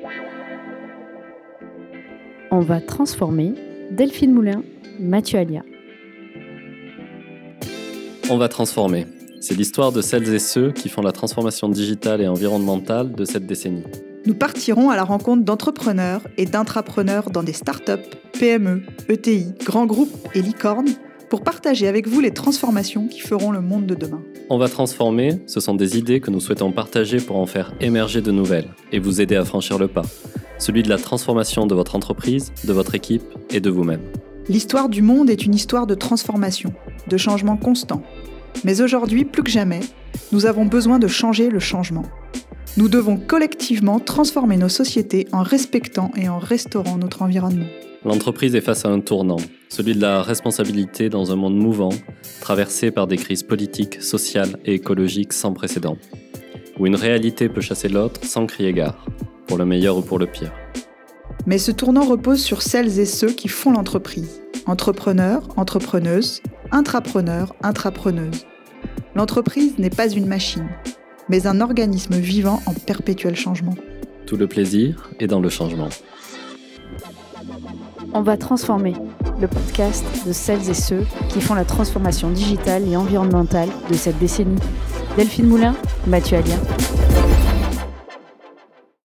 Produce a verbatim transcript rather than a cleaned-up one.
On va transformer Delphine Moulin, Mathieu Alia. On va transformer. C'est l'histoire de celles et ceux qui font la transformation digitale et environnementale de cette décennie. Nous partirons à la rencontre d'entrepreneurs et d'intrapreneurs dans des startups, P M E, E T I, grands groupes et licornes pour partager avec vous les transformations qui feront le monde de demain. On va transformer, ce sont des idées que nous souhaitons partager pour en faire émerger de nouvelles et vous aider à franchir le pas, celui de la transformation de votre entreprise, de votre équipe et de vous-même. L'histoire du monde est une histoire de transformation, de changement constant. Mais aujourd'hui, plus que jamais, nous avons besoin de changer le changement. Nous devons collectivement transformer nos sociétés en respectant et en restaurant notre environnement. L'entreprise est face à un tournant, celui de la responsabilité dans un monde mouvant, traversé par des crises politiques, sociales et écologiques sans précédent, où une réalité peut chasser l'autre sans crier gare, pour le meilleur ou pour le pire. Mais ce tournant repose sur celles et ceux qui font l'entreprise. Entrepreneurs, entrepreneuses, intrapreneurs, intrapreneuses. L'entreprise n'est pas une machine, mais un organisme vivant en perpétuel changement. Tout le plaisir est dans le changement. On va transformer, le podcast de celles et ceux qui font la transformation digitale et environnementale de cette décennie. Delphine Moulin, Mathieu Alia.